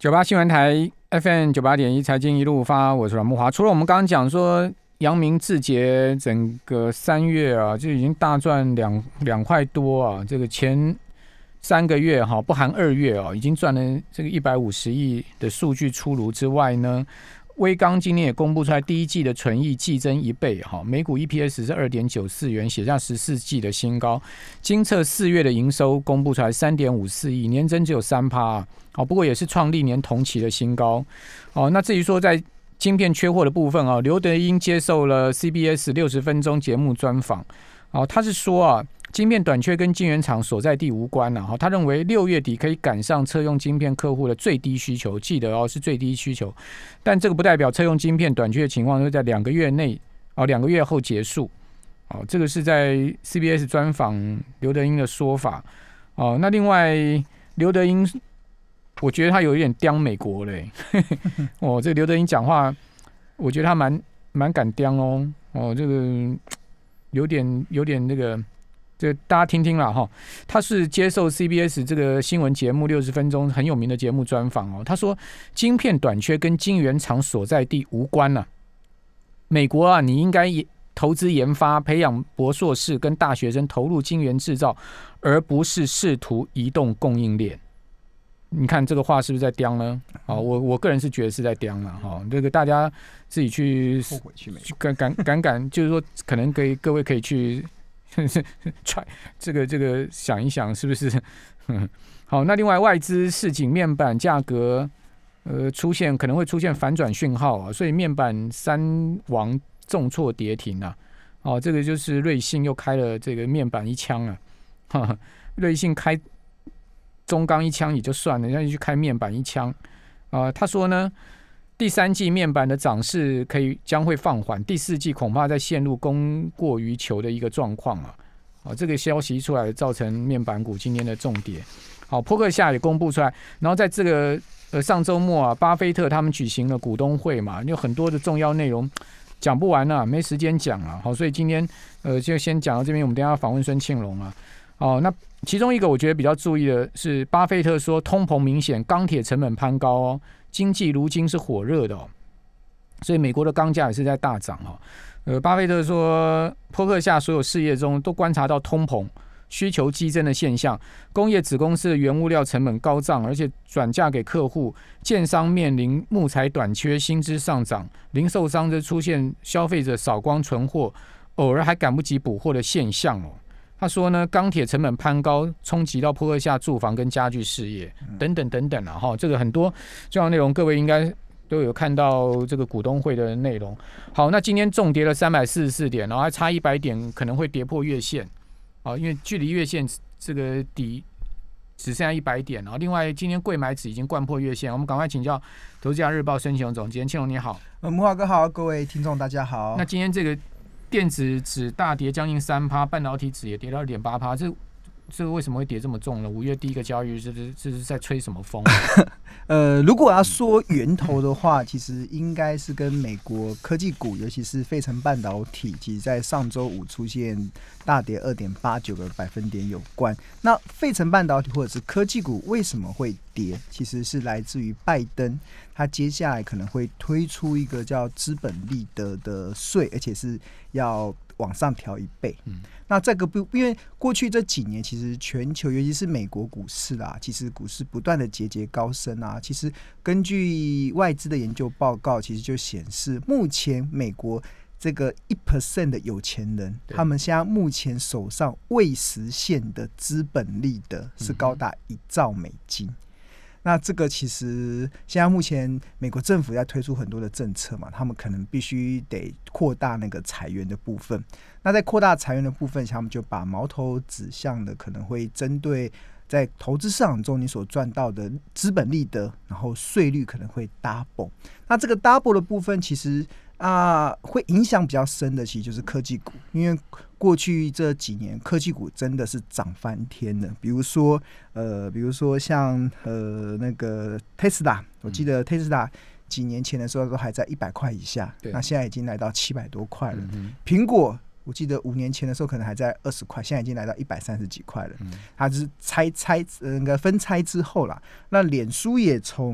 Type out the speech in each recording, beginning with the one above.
98新闻台 FM 98.1财经一路发，我是阮慕骅。除了我们刚刚讲说阳明自节整个3月啊，就已经大赚两块多啊，这个前3个月哈，不含2月啊，已经赚了这个150亿的数据出炉之外呢，威刚今年也公布出来第一季的纯益季增1倍哈，每股 EPS 是 2.94 元，写下14季的新高。精测4月的营收公布出来 3.54 亿，年增只有 3%啊。不过也是创历年同期的新高。那至于说在晶片缺货的部分，刘德音接受了 CBS 60分钟节目专访。他是说晶片短缺跟晶圆厂所在地无关。他认为6月底可以赶上车用晶片客户的最低需求，记得是最低需求，但这个不代表车用晶片短缺的情况会在2个月内2个月后结束。这个是在 CBS 专访刘德音的说法。那另外刘德音我觉得他有一点刁美国嘞。这个刘德音讲话，我觉得他蛮敢刁这个有点那个，这大家听听啦哈。他是接受 CBS 这个新闻节目60分钟很有名的节目专访他说，晶片短缺跟晶圆厂所在地无关美国你应该投资研发，培养博硕士跟大学生投入晶圆制造，而不是试图移动供应链。你看这个话是不是在刁呢？我个人是觉得是在刁了这个大家自己去后悔去美国敢，就是说可能各位可以去try 这个想一想是不是？好，那另外外资市井面板价格可能会出现反转讯号所以面板3王重挫跌停这个就是瑞信又开了这个面板一枪瑞信开中钢一枪也就算了，人家就去开面板一枪。他说呢，第3季面板的涨势将会放缓，第4季恐怕在陷入供过于求的一个状况这个消息出来，造成面板股今天的重跌。波克夏也公布出来，然后在这个上周末巴菲特他们举行了股东会嘛，有很多的重要内容讲不完没时间讲所以今天就先讲到这边，我们等一下访问孙庆龙那其中一个我觉得比较注意的是，巴菲特说通膨明显，钢铁成本攀高经济如今是火热的所以美国的钢价也是在大涨巴菲特说，波克夏所有事业中都观察到通膨、需求激增的现象，工业子公司的原物料成本高涨，而且转嫁给客户，建商面临木材短缺、薪资上涨，零售商则出现消费者扫光存货，偶尔还赶不及补货的现象他说呢，钢铁成本攀高，冲击到波克夏住房跟家具事业等等等等这个很多重要内容，各位应该都有看到这个股东会的内容。好，那今天重跌了344点，然后还差100点，可能会跌破月线因为距离月线这个底只剩下100点另外，今天贵买指已经掼破月线，我们赶快请教投资家日报孙庆龙总监。庆龙你好。 慕骅哥好，各位听众大家好。 那今天这个电子指大跌将近3%，半导体指也跌到 2.8%， 这个为什么会跌这么重呢？5月第一个交易日，这是在吹什么风如果要说源头的话，其实应该是跟美国科技股，尤其是费城半导体，其实在上周五出现大跌 2.89 个百分点有关。那费城半导体或者是科技股为什么会跌？其实是来自于拜登，他接下来可能会推出一个叫资本利得的税，而且是要往上调1倍。那这个因为过去这几年，其实全球尤其是美国股市其实股市不断的节节高升其实根据外资的研究报告，其实就显示，目前美国这个1% 的有钱人，他们现在目前手上未实现的资本利得是高达1兆美金。那这个其实现在目前美国政府在推出很多的政策嘛，他们可能必须得扩大那个裁员的部分。那在扩大裁员的部分，他们就把矛头指向的可能会针对在投资市场中你所赚到的资本利得，然后税率可能会 double。那这个 double 的部分其实会影响比较深的，其实就是科技股，因为过去这几年科技股真的是涨翻天了。比如说像那个 Tesla， 我记得 Tesla 几年前的时候都还在100块以下，那现在已经来到700多块了。苹果我记得5年前的时候可能还在20块，现在已经来到130几块了。它是分拆之后啦。那脸书也从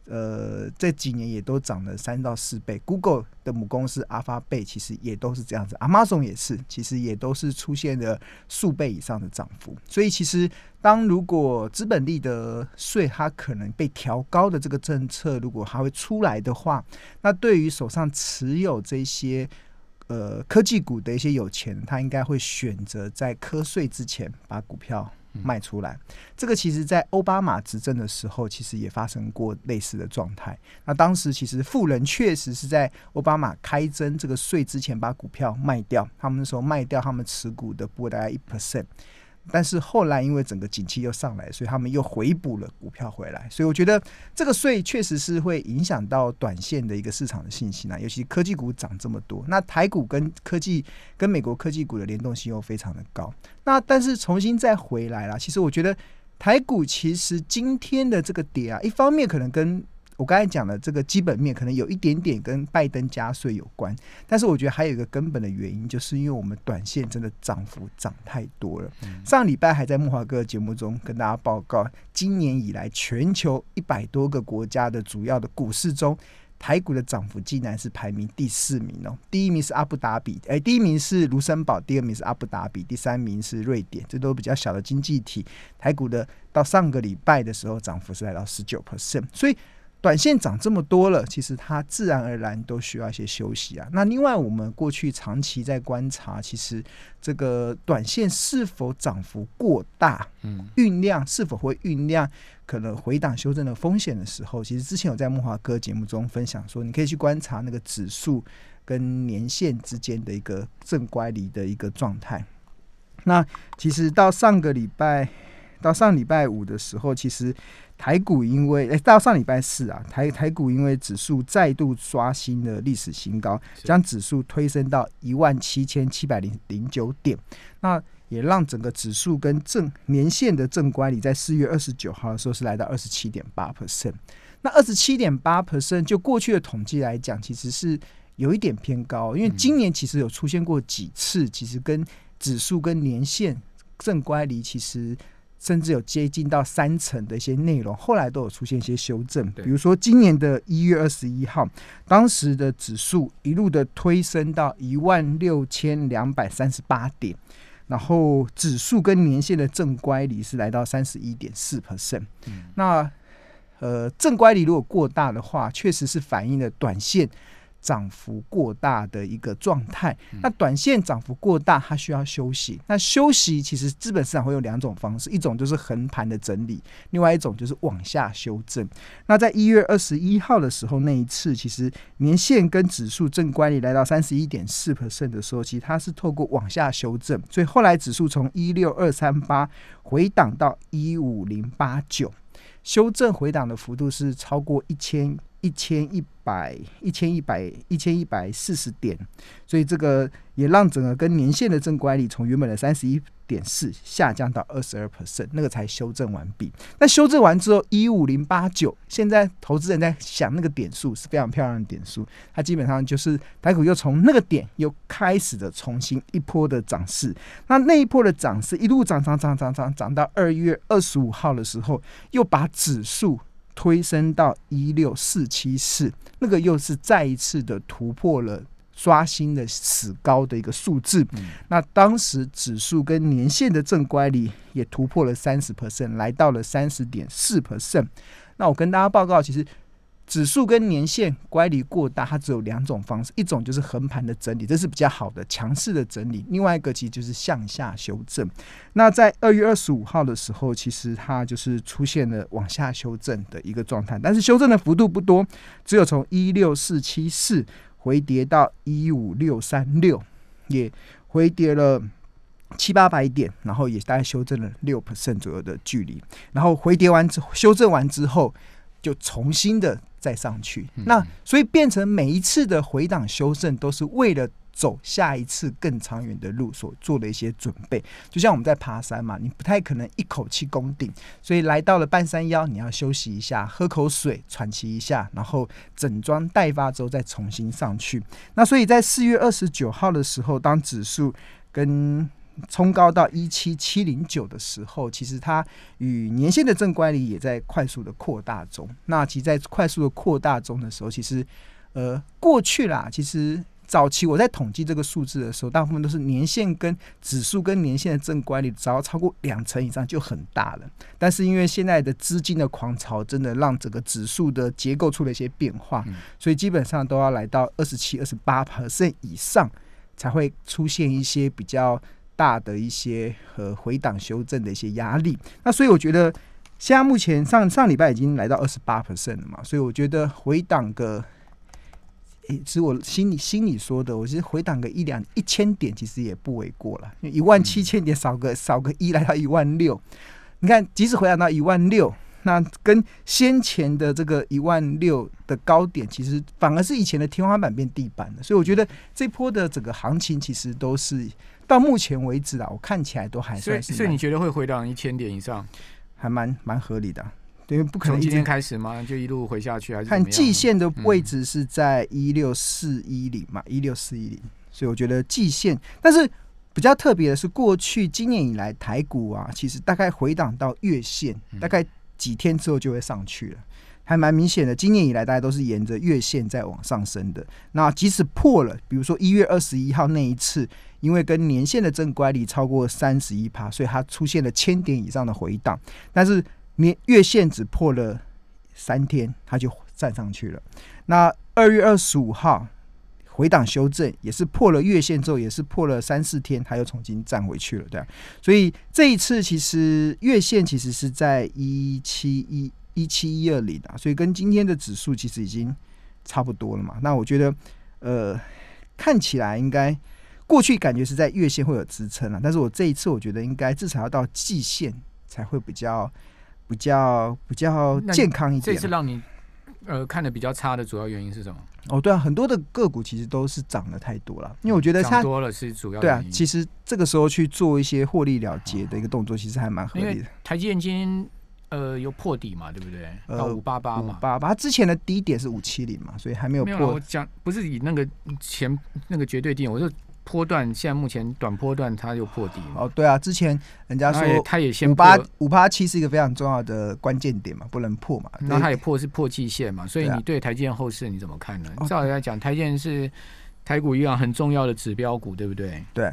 这几年也都涨了3到4倍。Google 的母公司 Alphabet 其实也都是这样子 ，Amazon 也是，其实也都是出现了数倍以上的涨幅。所以其实如果资本利得税它可能被调高的这个政策，如果它会出来的话，那对于手上持有这些科技股的一些有钱人，他应该会选择在课税之前把股票卖出来。这个其实在奥巴马执政的时候其实也发生过类似的状态。那当时其实富人确实是在奥巴马开征这个税之前把股票卖掉，他们那时候卖掉他们持股的部位大概 1%，但是后来因为整个景气又上来，所以他们又回补了股票回来。所以我觉得这个税确实是会影响到短线的一个市场的信心尤其科技股涨这么多，那台股跟美国科技股的联动性又非常的高。那但是重新再回来啦，其实我觉得台股其实今天的这个跌一方面可能跟我刚才讲的这个基本面可能有一点点跟拜登加税有关，但是我觉得还有一个根本的原因，就是因为我们短线真的涨幅涨太多了。上礼拜还在木华哥的节目中跟大家报告，今年以来全球100多个国家的主要的股市中，台股的涨幅竟然是排名第4名第一名是阿布达比，第一名是卢森堡，第二名是阿布达比，第3名是瑞典，这都比较小的经济体。台股的到上个礼拜的时候涨幅是来到 19%， 所以短线涨这么多了，其实它自然而然都需要一些休息那另外我们过去长期在观察，其实这个短线是否涨幅过大，酝酿是否会酝酿可能回档修正的风险的时候，其实之前有在木华哥节目中分享说，你可以去观察那个指数跟年线之间的一个正乖离的一个状态。那其实到上礼拜五的时候，其实台股因为到上礼拜四台股因为指数再度刷新了历史新高，将指数推升到17709点，那也让整个指数跟年线的正乖离在4月29号的时候是来到 27.8%。 那 27.8% 就过去的统计来讲其实是有一点偏高，因为今年其实有出现过几次其实跟指数跟年线正乖离其实甚至有接近到30%的一些内容，后来都有出现一些修正。比如说今年的1月21号，当时的指数一路的推升到16238点，然后指数跟年线的正乖离是来到 31.4%。那正乖离如果过大的话，确实是反映了短线涨幅过大的一个状态。那短线涨幅过大，它需要休息。那休息其实资本市场会有2种方式，一种就是横盘的整理，另外一种就是往下修正。那在1月21号的时候，那一次其实年线跟指数正乖离来到 31.4% 的时候，其实它是透过往下修正，所以后来指数从16238回档到15089，修正回档的幅度是超过1140点，所以这个也让整个跟年线的正乖离从原本的 31.4 下降到 22%， 那个才修正完毕。那修正完之后15089，现在投资人在想那个点数是非常漂亮的点数，它基本上就是台股又从那个点又开始的重新一波的涨势。那一波的涨势一路涨到2月25号的时候，又把指数推升到16474，那个又是再一次的突破了刷新的史高的一个数字。那当时指数跟年线的正乖离也突破了 30%， 来到了 30.4%。 那我跟大家报告，其实指数跟年线乖离过大，它只有2种方式，一种就是横盘的整理，这是比较好的强势的整理，另外一个其实就是向下修正。那在2月25号的时候，其实它就是出现了往下修正的一个状态，但是修正的幅度不多，只有从16474回跌到15636，也回跌了700-800点，然后也大概修正了 6% 左右的距离，然后回跌完之后，修正完之后就重新的再上去。那所以变成每一次的回档修正都是为了走下一次更长远的路所做的一些准备。就像我们在爬山嘛，你不太可能一口气攻顶，所以来到了半山腰，你要休息一下，喝口水，喘息一下，然后整装待发之后再重新上去。那所以在4月29号的时候，当指数跟冲高到17709的时候，其实它与年线的正乖离也在快速的扩大中。那其实在快速的扩大中的时候，其实过去啦，其实早期我在统计这个数字的时候，大部分都是年线跟指数跟年线的正乖离只要超过2成以上就很大了。但是因为现在的资金的狂潮，真的让整个指数的结构出了一些变化，所以基本上都要来到27-28% 以上，才会出现一些比较大的一些回档修正的一些压力。那所以我觉得现在目前上礼拜已经来到28% 了嘛，所以我觉得回档个其实我心里说的，我其实回档个1000点其实也不为过了，因为17000点少个1来到16000，你看即使回档到16000，那跟先前的这个16000的高点，其实反而是以前的天花板变地板了。所以我觉得这波的整个行情其实都是到目前为止啦，我看起来都还算是， 所以你觉得会回档1000点以上， 还蛮合理的。因为不可能从今天开始吗？就一路回下去，还是看季线的位置是在16410嘛，16410，所以我觉得季线，但是比较特别的是，过去今年以来台股啊，其实大概回档到月线，大概几天之后就会上去了，还蛮明显的。今年以来大家都是沿着月线在往上升的。那即使破了，比如说1月21号那一次，因为跟年线的正乖离超过31%，所以它出现了1000点以上的回档，但是月线只破了3天，它就站上去了。那2月25号回档修正，也是破了月线之后，也是破了3-4天，它又重新站回去了，对。所以这一次其实月线其实是在17120啊，所以跟今天的指数其实已经差不多了嘛。那我觉得看起来应该过去感觉是在月线会有支撑啊，但是我这一次我觉得应该至少要到季线才会比较健康一点。 这次让你看的比较差的主要原因是什么？ 对啊，很多的个股其实都是涨得太多了，因为我觉得涨多了是主要原因。 对啊，其实这个时候去做一些获利了结的一个动作，其实还蛮合理的。因为台积电今天有破底嘛，对不对？到588嘛 ，588，它之前的低点是570嘛，所以还没有破。没有， 我讲不是以那个前那个绝对低点，我说波段，现在目前短波段它又破底了。 对啊，之前人家说它也先 587是一个非常重要的关键点嘛，不能破嘛。 那它也破季线嘛，所以你对台积电后市你怎么看呢？照理来讲，台积电是台股一样很重要的指标股，对不对？ 对，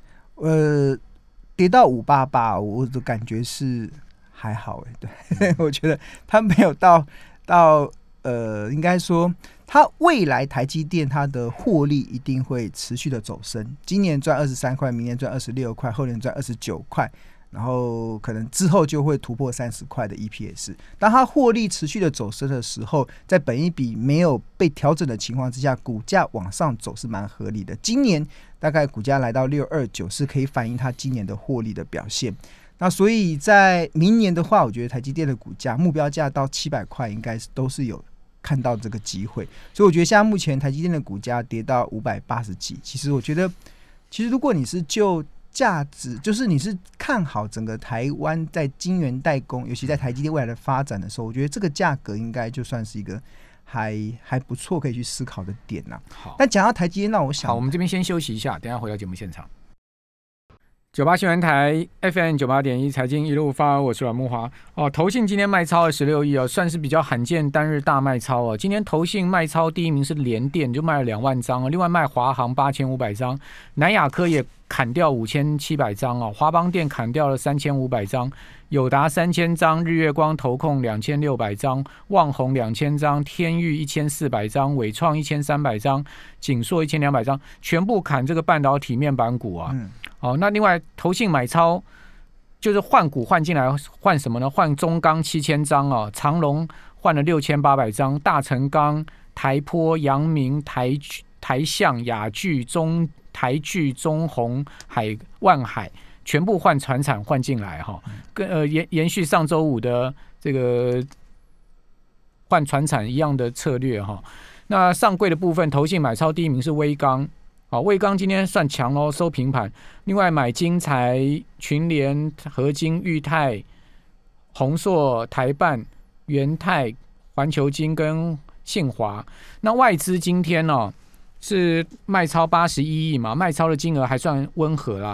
跌到588，我的感觉是还好对，我觉得它没有到应该说。它未来台积电它的获利一定会持续的走升，今年赚23块，明年赚26块，后年赚29块，然后可能之后就会突破30块的 EPS。当它获利持续的走升的时候，在本益比没有被调整的情况之下，股价往上走是蛮合理的。今年大概股价来到629，是可以反映它今年的获利的表现。那所以在明年的话，我觉得台积电的股价目标价到700块，应该都是有看到这个机会，所以我觉得现在目前台积电的股价跌到580几，其实我觉得，其实如果你是就价值，就是你是看好整个台湾在晶圆代工，尤其在台积电未来的发展的时候，我觉得这个价格应该就算是一个还不错可以去思考的点啦。 好， 但讲到台积电，让我想， 好，我们这边先休息一下，等一下回到节目现场。98新闻台 FM 98.1财经一路发，我是阮慕骅。投信今天卖超26亿算是比较罕见单日大卖超今天投信卖超第一名是联电，就卖了2万张另外卖华航8500张，南亚科也砍掉5700张华邦电砍掉了3500张，友达3000张，日月光投控2600张，旺宏2000张，天钰1400张，伟创1300张，景硕1200张，全部砍这个半导体面板股那另外投信买超就是换股换进来，换什么呢？换中钢7000张长荣换了6800张，大成钢、台玻、阳明、台象、雅聚、台聚、中宏、万海全部换传产换进来延续上周五的这个换传产一样的策略那上柜的部分，投信买超第一名是威刚。威刚今天算强收平盘。另外买精材、群联、合金、裕泰、宏硕、台办、元泰、环球金跟信华。那外资今天是卖超81亿嘛，卖超的金额还算温和啦。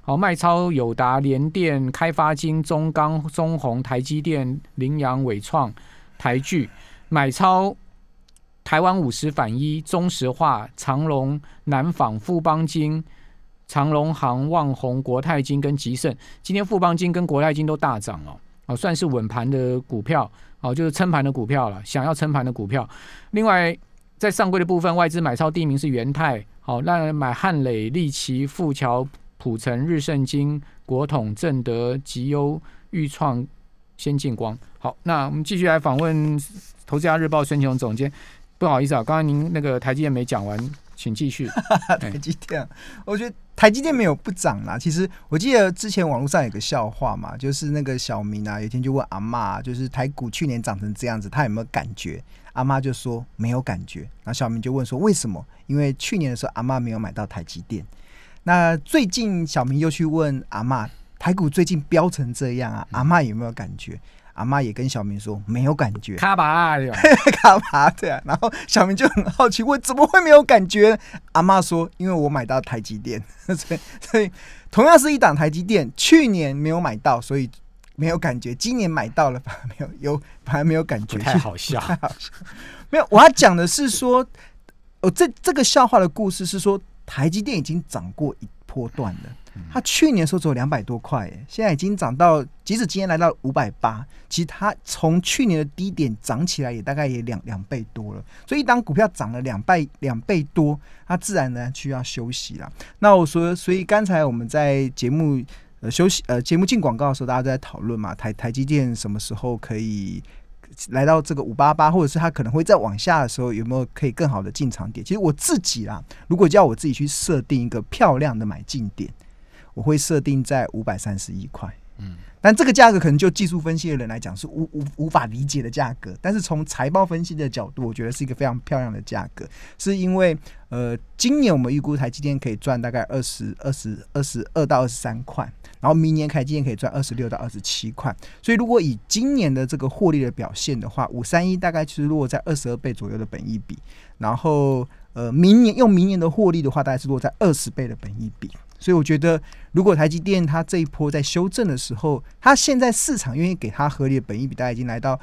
好，卖超友达、联电、开发金、中钢、中宏、台积电、羚羊、伟创、台聚，买超台湾50反一、中石化、长荣、南纺、富邦金、长荣航、旺宏、国泰金跟吉盛。今天富邦金跟国泰金都大涨算是稳盘的股票就是撑盘的股票了，想要撑盘的股票。另外在上柜的部分，外资买超第一名是元泰，那买汉磊、力奇、富桥、普成、日盛金、国统、正德、吉优、裕创、先进光。好，那我们继续来访问投资家日报孙琼总监。不好意思刚刚您那个台积电没讲完，请继续。 台积电，我觉得台积电没有不涨啦。其实我记得之前网络上有个笑话嘛，就是那个小明有一天就问阿嬷，就是台股去年涨成这样子，他有没有感觉？阿嬷就说没有感觉。然后小明就问说为什么？因为去年的时候阿嬷没有买到台积电。那最近小明又去问阿嬷，台股最近飙成这样阿嬷有没有感觉？阿嬷也跟小明说没有感觉， 卡巴卡巴对然后小明就很好奇问怎么会没有感觉？阿嬷说因为我买到台积电，所以同样是一档台积电，去年没有买到，所以没有感觉，今年买到了反而没有感觉， 太好笑。 没有，我要讲的是说这个笑话的故事是说台积电已经涨过一波段了。它去年的时候只有200多块，现在已经涨到，即使今天来到580，其实它从去年的低点涨起来也大概也两倍多了。所以一档股票涨了两倍多，它自然呢需要休息啦。那我说，所以刚才我们在节目节目进广告的时候，大家都在讨论嘛，台积电什么时候可以来到这个588，或者是它可能会再往下的时候，有没有可以更好的进场点？其实我自己啦，如果叫我自己去设定一个漂亮的买进点，我会设定在531块。但这个价格可能就技术分析的人来讲是无法理解的价格，但是从财报分析的角度，我觉得是一个非常漂亮的价格，是因为今年我们预估台积电可以赚大概22到23块，然后明年台积电可以赚26到27块，所以如果以今年的这个获利的表现的话，531大概就是落在22倍左右的本益比，然后明年的获利的话，大概是落在20倍的本益比。所以我觉得，如果台积电它这一波在修正的时候，它现在市场愿意给它合理的本益比，大概已经来到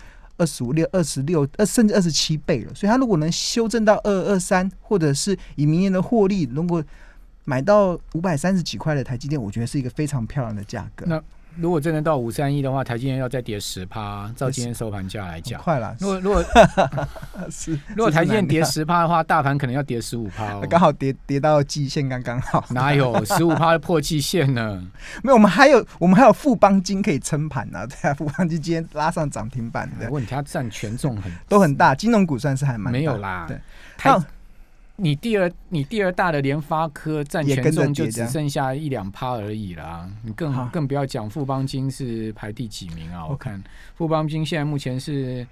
25、26甚至27倍了。所以它如果能修正到22、23，或者是以明年的获利，如果买到530几块的台积电，我觉得是一个非常漂亮的价格。 那如果真的到531的话，台积电要再跌10%，照今天收盘价来讲， 快了。 如果台积电跌10%的话，大盘可能要跌15%， 刚好跌到季线刚好。 哪有15%破季线呢？ 没有，我们还有富邦金可以撑盘啊，对啊，富邦金今天拉上涨停板的。 问题它占权重都很大，金融股算是还蛮大。 没有啦， 对。 你第二大的联发科占权重就只剩下1-2%而已啦，你更不要讲富邦金是排第几名啊？我看富邦金现在目前是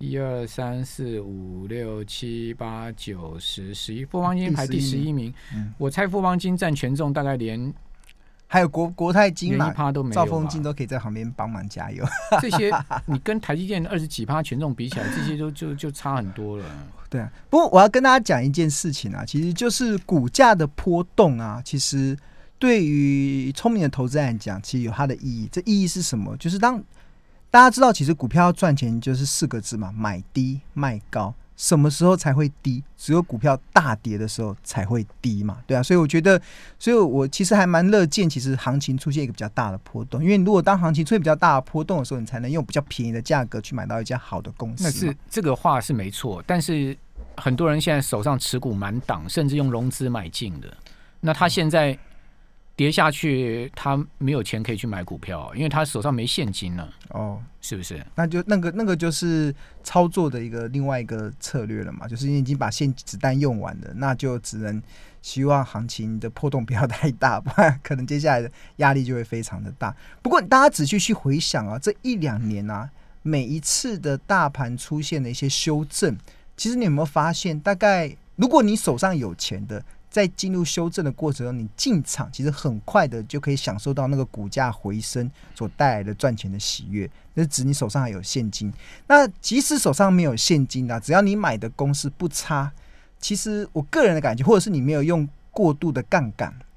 1、2、3、4、5、6、7、8、9、10、11，富邦金排第11名。我猜富邦金占权重大概连。 还有国泰金嘛，兆丰金都可以在旁边帮忙加油。 这些你跟台积电20几%权重比起来，这些就差很多了。 对啊，不过我要跟大家讲一件事情啊，其实就是股价的波动啊，其实对于聪明的投资人来讲，其实有它的意义。这意义是什么？就是当大家知道，其实股票要赚钱就是4个字嘛，买低卖高。什么时候才会低？只有股票大跌的时候才会低嘛，对啊，所以我其实还蛮乐见，其实行情出现一个比较大的波动，因为如果当行情出现比较大的波动的时候，你才能用比较便宜的价格去买到一家好的公司。 那是这个话是没错，但是很多人现在手上持股满档，甚至用融资买进的，那他现在跌下去，他没有钱可以去买股票，因为他手上没现金了。是不是？ 那就那个就是操作的另外一个策略了嘛，就是你已经把子弹用完了，那就只能希望行情的波动不要太大，不然可能接下来的压力就会非常的大。不过大家仔细去回想啊，这1-2年啊，每一次的大盘出现的一些修正，其实你有没有发现，大概如果你手上有钱的，在进入修正的过程中，你进场其实很快的就可以享受到那个股价回升所带来的赚钱的喜悦，那是指你手上还有现金。那即使手上没有现金啊，只要你买的公司不差，其实我个人的感觉，或者是你没有用过度的杠杆，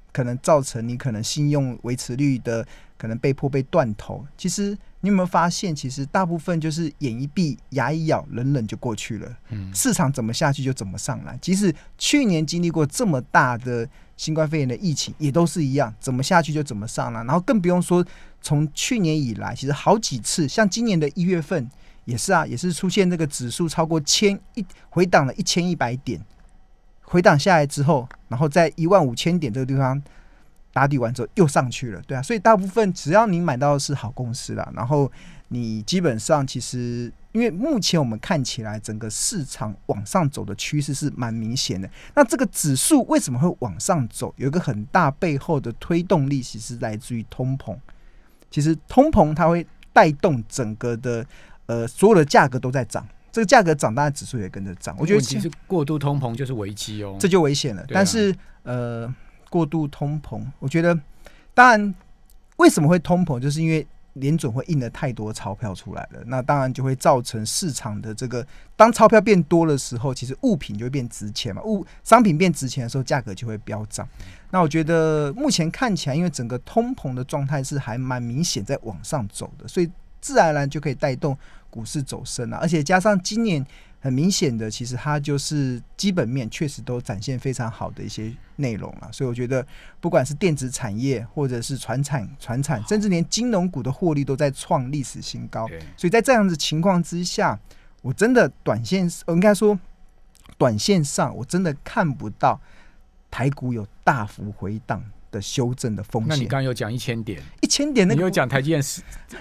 可能造成你可能信用维持率的可能被迫被断头。其实你有没有发现，其实大部分就是眼一闭牙一咬，冷冷就过去了。市场怎么下去就怎么上来。即使去年经历过这么大的新冠肺炎的疫情，也都是一样，怎么下去就怎么上来。然后更不用说从去年以来，其实好几次，像今年的1月份也是啊，也是出现这个指数超过回档了1100点，回档下来之后，然后在15000点这个地方打底完之后又上去了，对啊，所以大部分只要你买到的是好公司啦，然后你基本上其实因为目前我们看起来整个市场往上走的趋势是蛮明显的，那这个指数为什么会往上走？有一个很大背后的推动力，其实来自于通膨。其实通膨它会带动整个的所有的价格都在涨。这个价格涨，当然指数也跟着涨。我觉得其实过度通膨就是危机哦， 这就危险了。但是过度通膨，我觉得当然为什么会通膨，就是因为联准会印了太多钞票出来了，那当然就会造成市场的这个，当钞票变多的时候，其实物品就会变值钱嘛，商品变值钱的时候，价格就会飙涨。那我觉得目前看起来，因为整个通膨的状态是还蛮明显在往上走的，所以自然而然就可以带动股市走升啊，而且加上今年很明显的，其实它就是基本面确实都展现非常好的一些内容啊，所以我觉得不管是电子产业或者是传产，甚至连金融股的获利都在创历史新高，所以在这样的情况之下，我真的应该说短线上我真的看不到台股有大幅回档的修正的风险。 那你刚刚有讲1000点 ，1000点那个， 你有讲台积电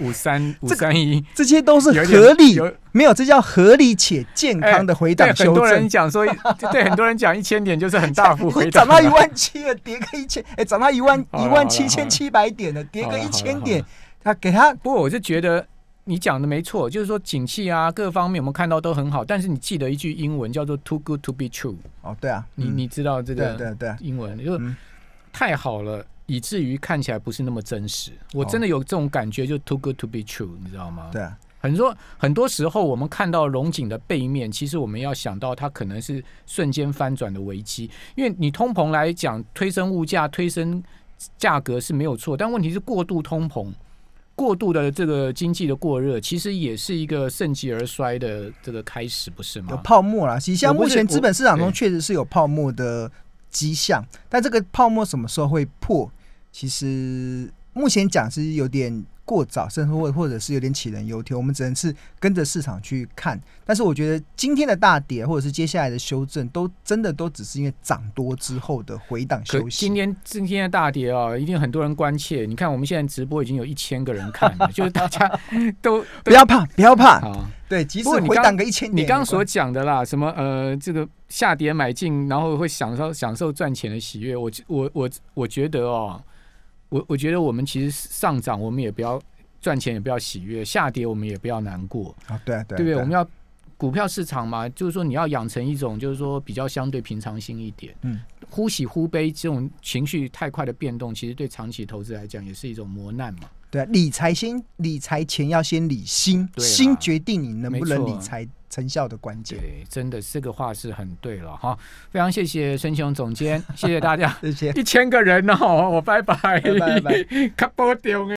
531， 这些都是合理，没有，这叫合理且健康的回档修正。 对很多人讲说，对很多人讲1000点就是很大幅回档， 涨到17000了，跌个1000，涨到17700点了，跌个1000点，他给他。 不过我是觉得你讲的没错，就是说景气啊各方面我们看到都很好，但是你记得一句英文叫做 "too good to be true"。 哦，对啊， 你知道这个对英文就是太好了，以至于看起来不是那么真实。我真的有这种感觉，就 "too good to be true"， 你知道吗？ 对啊。 很多时候我们看到荣景的背面，其实我们要想到它可能是瞬间翻转的危机。因为你通膨来讲，推升物价、推升价格是没有错，但问题是过度通膨、过度的这个经济的过热，其实也是一个盛极而衰的这个开始，不是吗？ 有泡沫啦，其实像目前资本市场中确实是有泡沫的迹象，但这个泡沫什么时候会破，其实目前讲是有点过早，甚至或者是有点杞人忧天，我们只能是跟着市场去看。但是我觉得今天的大跌或者是接下来的修正，都真的都只是因为涨多之后的回档休息。 今天的大跌啊，一定很多人关切。你看我们现在直播已经有1000个人看了，就是大家都不要怕，对，即使回档个1000点， 你刚刚所讲的啦，什么这个下跌买进，然后会享受赚钱的喜悦，我觉得哦。我觉得我们其实上涨，我们也不要赚钱，也不要喜悦；下跌，我们也不要难过。 对不对？我们要股票市场嘛，就是说你要养成一种，就是说比较相对平常心一点。忽喜忽悲这种情绪太快的变动，其实对长期投资来讲也是一种磨难嘛。 对，理财前要先理心，心决定你能不能理财成效的关键。 对，真的这个话是很对了哈。非常谢谢孙庆荣总监，谢谢大家， 谢谢1000 个人哦，我拜拜， 拜拜。